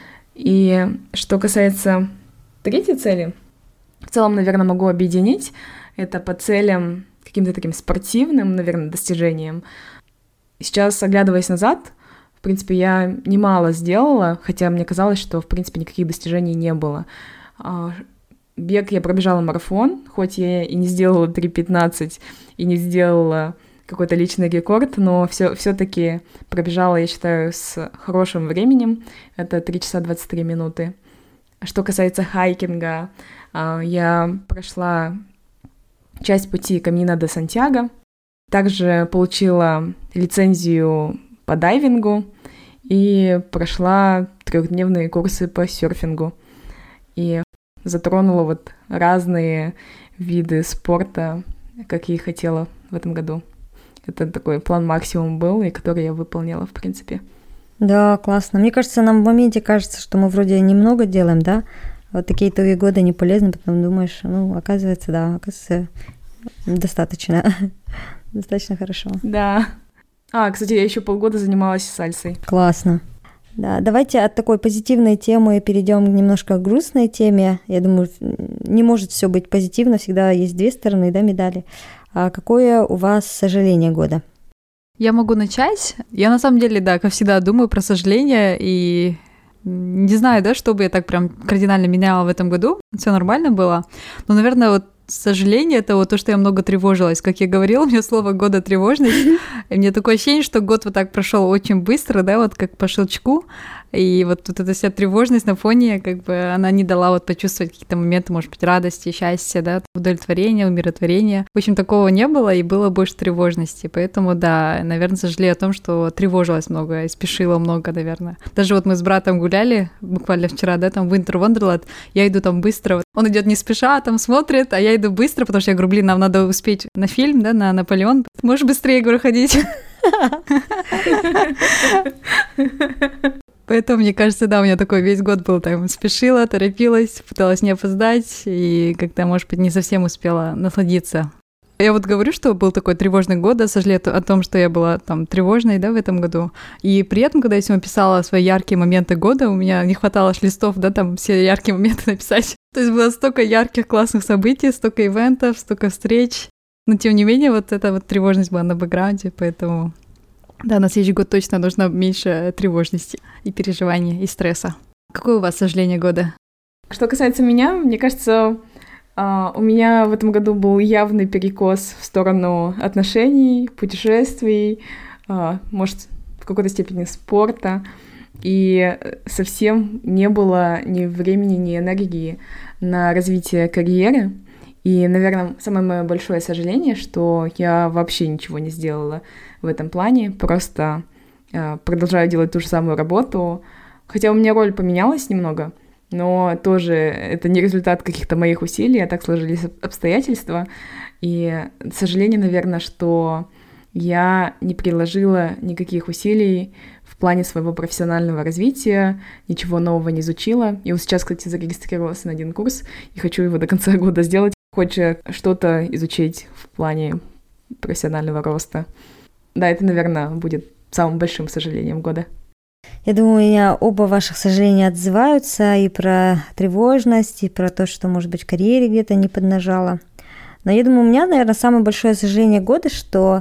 И что касается третьей цели, в целом, наверное, могу объединить это по целям каким-то таким спортивным, наверное, достижениям. Сейчас, оглядываясь назад, в принципе, я немало сделала, хотя мне казалось, что, в принципе, никаких достижений не было. Бег я пробежала марафон, хоть я и не сделала три пятнадцать, и не сделала какой-то личный рекорд, но все, все-таки пробежала, я считаю, с хорошим временем. Это три часа двадцать три минуты. Что касается хайкинга, я прошла часть пути Камино де Сантьяго, также получила лицензию по дайвингу и прошла трехдневные курсы по серфингу. И затронула вот разные виды спорта, как я и хотела в этом году. Это такой план максимум был, и который я выполнила, в принципе. Да, классно. Мне кажется, нам в моменте кажется, что мы вроде немного делаем, да? Вот такие итоги года не полезны, потом думаешь, ну, оказывается, да, оказывается, достаточно. Достаточно хорошо. Да. А, кстати, я еще полгода занималась сальсой. Классно. Да, давайте от такой позитивной темы перейдем немножко к грустной теме. Я думаю, не может все быть позитивно, всегда есть две стороны, да, медали. А какое у вас сожаление года? Я могу начать. Я на самом деле, да, как всегда, думаю про сожаление и не знаю, да, что бы я так прям кардинально меняла в этом году. Все нормально было. Но, наверное, вот сожаление — это вот то, что я много тревожилась. Как я говорила, у меня слово года тревожность. И мне такое ощущение, что год вот так прошел очень быстро, да, вот как по щелчку. И вот, вот эта вся тревожность на фоне, как бы, она не дала вот почувствовать какие-то моменты, может быть, радости, счастья, да, удовлетворения, умиротворения. В общем, такого не было, и было больше тревожности. Поэтому, да, наверное, сожалею о том, что тревожилась много и спешила много, наверное. Даже вот мы с братом гуляли буквально вчера, да, там в Winter Wonderland, я иду там быстро, он идет не спеша, там смотрит, а я иду быстро, потому что я говорю, блин, нам надо успеть на фильм, да, на Наполеон. Можешь быстрее, говорю, ходить? Поэтому, мне кажется, да, у меня такой весь год был, там, спешила, торопилась, пыталась не опоздать, и как-то, может быть, не совсем успела насладиться. Я вот говорю, что был такой тревожный год, да, сожалею о том, что я была там тревожной, да, в этом году. И при этом, когда я сегодня писала свои яркие моменты года, у меня не хватало аж листов, да, там все яркие моменты написать. То есть было столько ярких, классных событий, столько ивентов, столько встреч. Но, тем не менее, вот эта вот тревожность была на бэкграунде, поэтому... Да, на следующий год точно нужно меньше тревожности и переживаний, и стресса. Какое у вас сожаление года? Что касается меня, мне кажется, у меня в этом году был явный перекос в сторону отношений, путешествий, может, в какой-то степени спорта, и совсем не было ни времени, ни энергии на развитие карьеры. И, наверное, самое мое большое сожаление, что я вообще ничего не сделала в этом плане, просто э, продолжаю делать ту же самую работу, хотя у меня роль поменялась немного, но тоже это не результат каких-то моих усилий, а так сложились обстоятельства, и сожаление, наверное, что я не приложила никаких усилий в плане своего профессионального развития, ничего нового не изучила, и вот сейчас, кстати, зарегистрировалась на один курс, и хочу его до конца года сделать, хочешь что-то изучить в плане профессионального роста. Да, это, наверное, будет самым большим сожалением года. Я думаю, у меня оба ваших сожаления отзываются и про тревожность, и про то, что, может быть, в карьере где-то не поднажала. Но я думаю, у меня, наверное, самое большое сожаление года, что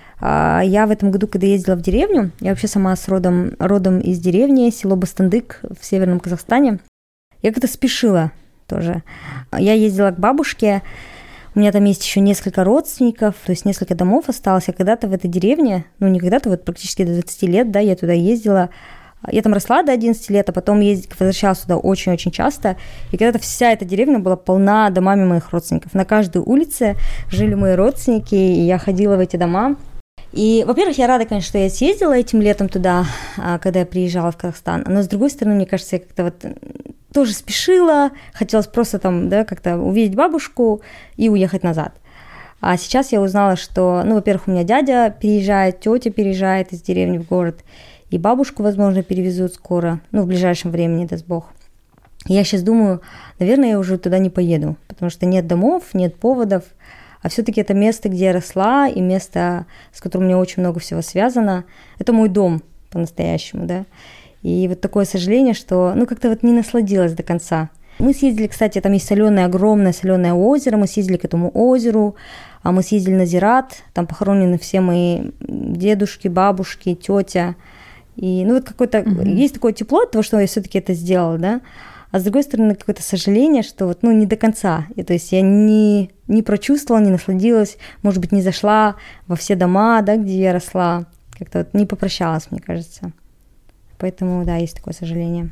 а, я в этом году, когда ездила в деревню, я вообще сама с родом, родом из деревни, село Бастандык в Северном Казахстане, я как-то спешила тоже. Я ездила к бабушке, у меня там есть еще несколько родственников, то есть несколько домов осталось. Я когда-то в этой деревне, ну не когда-то, вот практически до двадцати лет, да, я туда ездила. Я там росла до одиннадцати лет, а потом ездить, возвращалась сюда очень-очень часто. И когда-то вся эта деревня была полна домами моих родственников. На каждой улице жили мои родственники, и я ходила в эти дома. И, во-первых, я рада, конечно, что я съездила этим летом туда, когда я приезжала в Казахстан. Но, с другой стороны, мне кажется, я как-то вот тоже спешила, хотелось просто там, да, как-то увидеть бабушку и уехать назад. А сейчас я узнала, что, ну, во-первых, у меня дядя переезжает, тетя переезжает из деревни в город, и бабушку, возможно, перевезут скоро, ну, в ближайшем времени, даст Бог. И я сейчас думаю, наверное, я уже туда не поеду, потому что нет домов, нет поводов, а все-таки это место, где я росла, и место, с которым у меня очень много всего связано, это мой дом по-настоящему, да. И вот такое сожаление, что, ну, как-то вот не насладилась до конца. Мы съездили, кстати, там есть соленое, огромное соленое озеро, мы съездили к этому озеру, а мы съездили на Зират, там похоронены все мои дедушки, бабушки, тетя. И, ну, вот какое-то, mm-hmm. есть такое тепло от того, что я все-таки это сделала, да, а с другой стороны, какое-то сожаление, что вот, ну, не до конца. И, то есть я не, не прочувствовала, не насладилась, может быть, не зашла во все дома, да, где я росла, как-то вот не попрощалась, мне кажется. Поэтому, да, есть такое сожаление.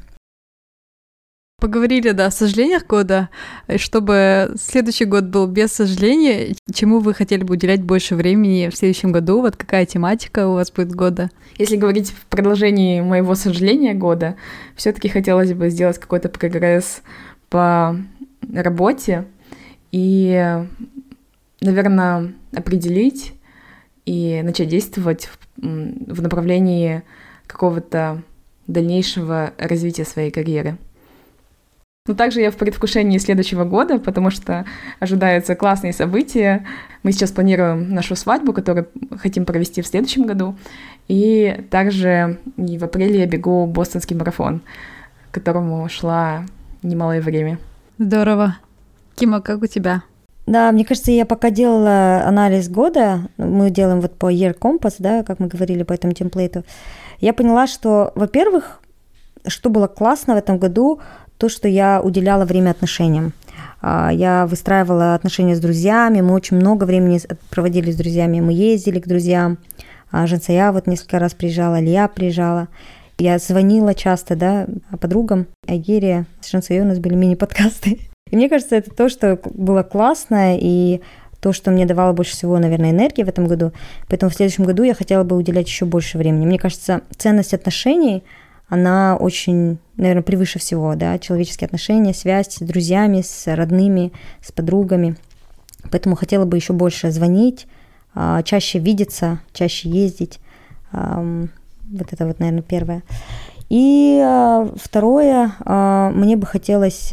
Поговорили, да, о сожалениях года. Чтобы следующий год был без сожаления, чему вы хотели бы уделять больше времени в следующем году? Вот какая тематика у вас будет года? Если говорить в продолжении моего сожаления года, все-таки хотелось бы сделать какой-то прогресс по работе и, наверное, определить и начать действовать в направлении какого-то дальнейшего развития своей карьеры. Но также я в предвкушении следующего года, потому что ожидаются классные события. Мы сейчас планируем нашу свадьбу, которую хотим провести в следующем году. И также и в апреле я бегу бостонский марафон, к которому шла немалое время. Здорово. Кима, как у тебя? Да, мне кажется, я пока делала анализ года, мы делаем вот по Year Compass, да, как мы говорили по этому темплейту, я поняла, что, во-первых, что было классно в этом году, то, что я уделяла время отношениям. Я выстраивала отношения с друзьями, мы очень много времени проводили с друзьями, мы ездили к друзьям, Жансая вот несколько раз приезжала, Лия приезжала. Я звонила часто, да, подругам. Айгере, с Жансеей у нас были мини-подкасты. И мне кажется, это то, что было классно, и то, что мне давало больше всего, наверное, энергии в этом году. Поэтому в следующем году я хотела бы уделять еще больше времени. Мне кажется, ценность отношений, она очень, наверное, превыше всего, да, человеческие отношения, связь с друзьями, с родными, с подругами. Поэтому хотела бы еще больше звонить, чаще видеться, чаще ездить. Вот это вот, наверное, первое. И второе, мне бы хотелось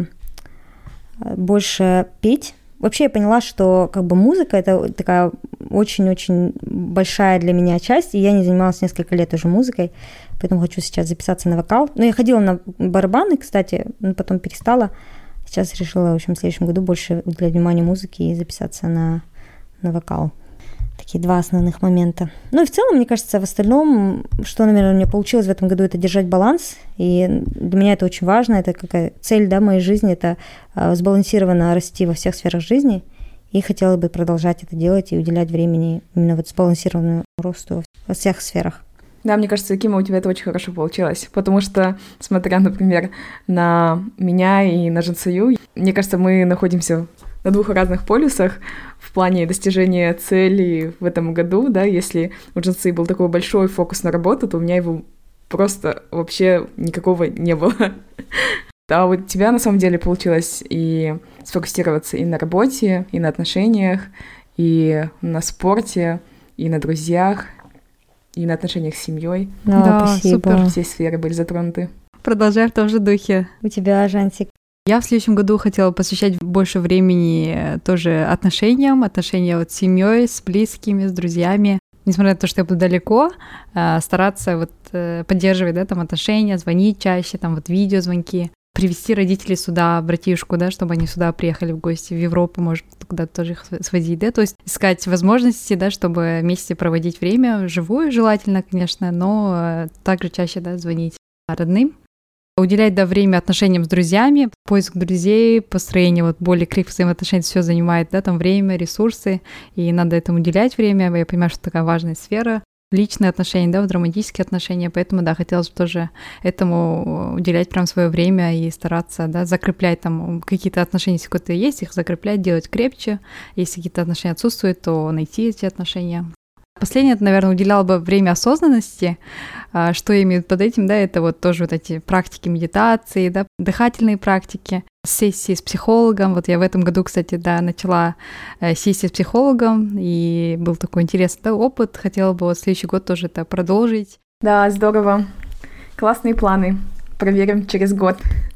больше петь. Вообще я поняла, что как бы музыка — это такая очень-очень большая для меня часть, и я не занималась несколько лет уже музыкой, поэтому хочу сейчас записаться на вокал. Ну, я ходила на барабаны, кстати, но потом перестала. Сейчас решила, в общем, в следующем году больше уделять внимание музыке и записаться на, на вокал. Такие два основных момента. Ну и в целом, мне кажется, в остальном, что, наверное, у меня получилось в этом году, это держать баланс. И для меня это очень важно. Это какая цель, да, моей жизни, это сбалансированно расти во всех сферах жизни. И хотела бы продолжать это делать и уделять времени именно вот сбалансированному росту во всех сферах. Да, мне кажется, Кима, у тебя это очень хорошо получилось, потому что, смотря, например, на меня и на Жансею, мне кажется, мы находимся на двух разных полюсах в плане достижения целей в этом году, да, если у Жансеи был такой большой фокус на работу, то у меня его просто вообще никакого не было. А вот у тебя на самом деле получилось и сфокусироваться и на работе, и на отношениях, и на спорте, и на друзьях, и на отношениях с семьей. Да, да, спасибо. Супер. Все сферы были затронуты. Продолжай в том же духе. У тебя, Жансик? Я в следующем году хотела посвящать больше времени тоже отношениям, отношения вот с семьей, с близкими, с друзьями. Несмотря на то, что я буду далеко, стараться вот поддерживать, да, там отношения, звонить чаще, там вот видеозвонки, привезти родителей сюда, братишку, да, чтобы они сюда приехали в гости, в Европу, может, куда-то тоже их свозить, да, то есть искать возможности, да, чтобы вместе проводить время, вживую желательно, конечно, но также чаще, да, звонить родным. Уделять, да, время отношениям с друзьями, поиск друзей, построение вот более крепких взаимоотношений, все занимает, да, там время, ресурсы, и надо этому уделять время. Я понимаю, что такая важная сфера. Личные отношения, да, вот романтические отношения, поэтому, да, хотелось бы тоже этому уделять прям свое время и стараться, да, закреплять там какие-то отношения, если какие-то есть, их закреплять, делать крепче. Если какие-то отношения отсутствуют, то найти эти отношения. Последнее, это, наверное, уделяла бы время осознанности. Что я имею под этим, да, это вот тоже вот эти практики медитации, да, дыхательные практики, сессии с психологом. Вот я в этом году, кстати, да, начала сессии с психологом, и был такой интересный, да, опыт. Хотела бы вот следующий год тоже это продолжить. Да, здорово. Классные планы. Проверим через год.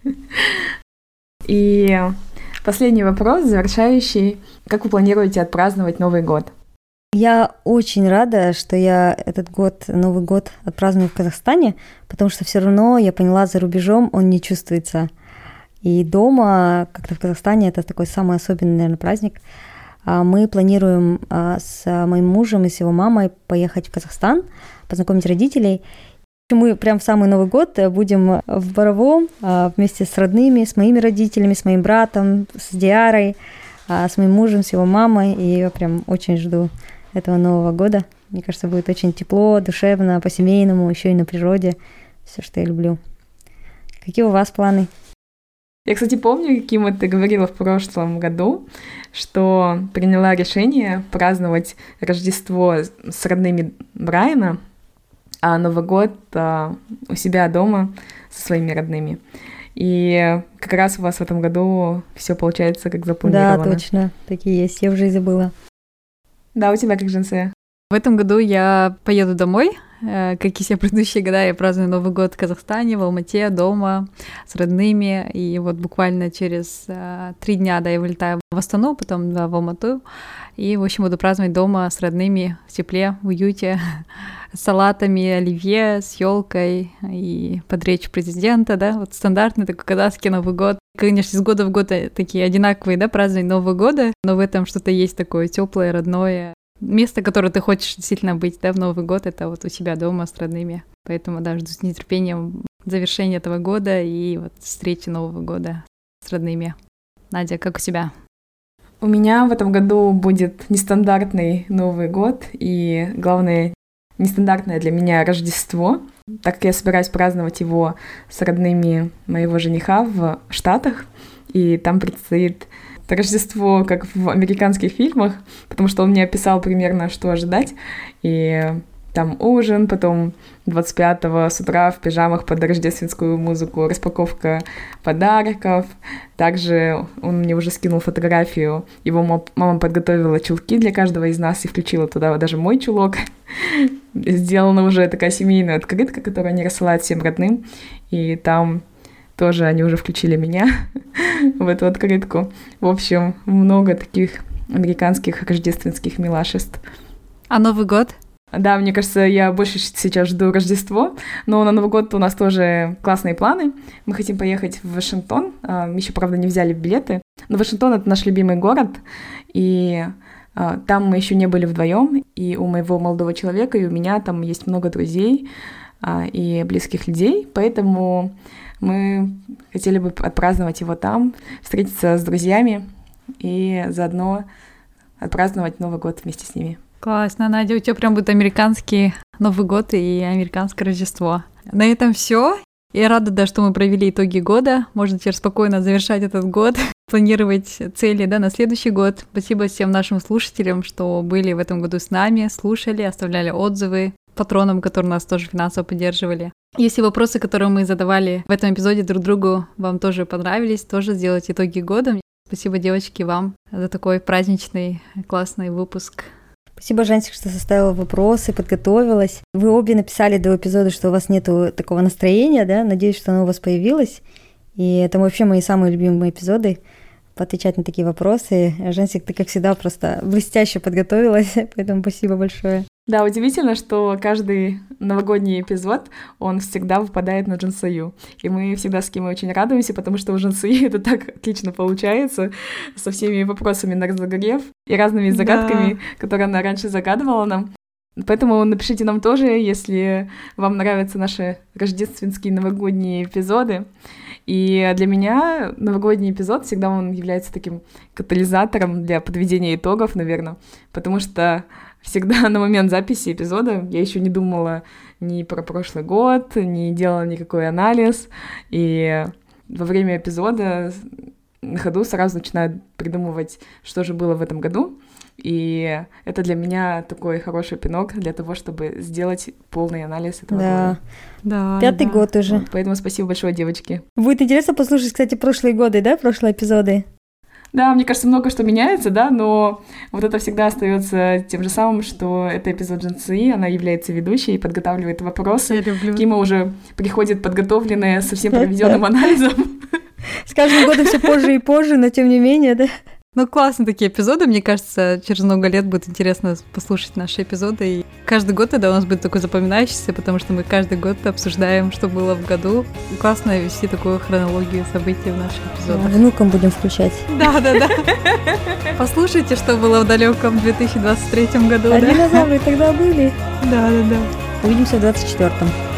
И последний вопрос, завершающий. Как вы планируете отпраздновать Новый год? Я очень рада, что я этот год, Новый год отпраздную в Казахстане, потому что все равно, я поняла, за рубежом он не чувствуется. И дома, как-то в Казахстане, это такой самый особенный, наверное, праздник. Мы планируем с моим мужем и с его мамой поехать в Казахстан, познакомить родителей. Мы прям в самый Новый год будем в Боровом вместе с родными, с моими родителями, с моим братом, с Диарой, с моим мужем, с его мамой. И я прям очень жду этого Нового года. Мне кажется, будет очень тепло, душевно, по-семейному, еще и на природе. Все, что я люблю. Какие у вас планы? Я, кстати, помню, Кима, ты говорила в прошлом году, что приняла решение праздновать Рождество с родными Брайана, а Новый год а, у себя дома со своими родными. И как раз у вас в этом году все получается как запланировано. Да, точно, такие есть, я уже и забыла. Да, у тебя как, Жансея? В этом году я поеду домой. Как и все предыдущие года, я праздную Новый год в Казахстане, в Алмате, дома, с родными. И вот буквально через три дня, да, я вылетаю в Астану, потом да, в Алмату. И, в общем, буду праздновать дома с родными, в тепле, в уюте, с салатами, оливье, с елкой и под речь президента, да, вот стандартный такой казахский Новый год. Конечно, из года в год такие одинаковые, да, праздновать Новый год, но в этом что-то есть такое теплое, родное. Место, которое ты хочешь действительно быть, да, в Новый год, это вот у себя дома с родными. Поэтому, да, жду с нетерпением завершения этого года и вот встречи Нового года с родными. Надя, как у тебя? У меня в этом году будет нестандартный Новый год, и главное нестандартное для меня Рождество, так как я собираюсь праздновать его с родными моего жениха в Штатах, и там предстоит Рождество, как в американских фильмах, потому что он мне описал примерно, что ожидать, и там ужин, потом двадцать пятого с утра в пижамах под рождественскую музыку, распаковка подарков. Также он мне уже скинул фотографию, его мама подготовила чулки для каждого из нас и включила туда даже мой чулок. Сделана уже такая семейная открытка, которую они рассылают всем родным, и там тоже они уже включили меня в эту открытку. В общем, много таких американских рождественских милашеств. А Новый год? Да, мне кажется, я больше сейчас жду Рождество, но на Новый год у нас тоже классные планы. Мы хотим поехать в Вашингтон, мы еще, правда, не взяли билеты, но Вашингтон — это наш любимый город, и там мы еще не были вдвоем, и у моего молодого человека, и у меня там есть много друзей и близких людей, поэтому мы хотели бы отпраздновать его там, встретиться с друзьями и заодно отпраздновать Новый год вместе с ними. Классно, Надя, у тебя прям будет американский Новый год и американское Рождество. На этом все. Я рада, да, что мы провели итоги года. Можно теперь спокойно завершать этот год, планировать цели, да, на следующий год. Спасибо всем нашим слушателям, что были в этом году с нами, слушали, оставляли отзывы, патронам, которые нас тоже финансово поддерживали. Если вопросы, которые мы задавали в этом эпизоде друг другу, вам тоже понравились, тоже сделайте итоги года. Спасибо, девочки, вам за такой праздничный, классный выпуск. Спасибо, Жансик, что составила вопросы, подготовилась. Вы обе написали до эпизода, что у вас нету такого настроения, да? Надеюсь, что оно у вас появилось. И это вообще мои самые любимые эпизоды, поотвечать на такие вопросы. Жансик, ты, как всегда, просто блестяще подготовилась, поэтому спасибо большое. Да, удивительно, что каждый новогодний эпизод, он всегда выпадает на Джансою. И мы всегда с Кимой очень радуемся, потому что у Джансуи это так отлично получается, со всеми вопросами на разогрев и разными загадками, да, которые она раньше загадывала нам. Поэтому напишите нам тоже, если вам нравятся наши рождественские новогодние эпизоды. И для меня новогодний эпизод всегда он является таким катализатором для подведения итогов, наверное, потому что всегда на момент записи эпизода я еще не думала ни про прошлый год, не делала никакой анализ, и во время эпизода на ходу сразу начинаю придумывать, что же было в этом году, и это для меня такой хороший пинок для того, чтобы сделать полный анализ этого да. года. Да, Пятый да. год уже. Вот, поэтому спасибо большое, девочки. Будет интересно послушать, кстати, прошлые годы, да, прошлые эпизоды? Да, мне кажется, много что меняется, да, но вот это всегда остается тем же самым, что это эпизод Джансуи, она является ведущей и подготавливает вопросы. Я люблю. Кима уже приходит подготовленная со всем проведенным анализом. С каждым годом все позже и позже, но тем не менее, да. Ну, классные такие эпизоды, мне кажется, через много лет будет интересно послушать наши эпизоды. И каждый год тогда у нас будет такой запоминающийся, потому что мы каждый год обсуждаем, что было в году. И классно вести такую хронологию событий в наших эпизодах. Внукам будем включать. Да-да-да. Послушайте, что было в далеком две тысячи двадцать третьем году. А динозавры тогда были. Да-да-да. Увидимся в двадцать четвёртом.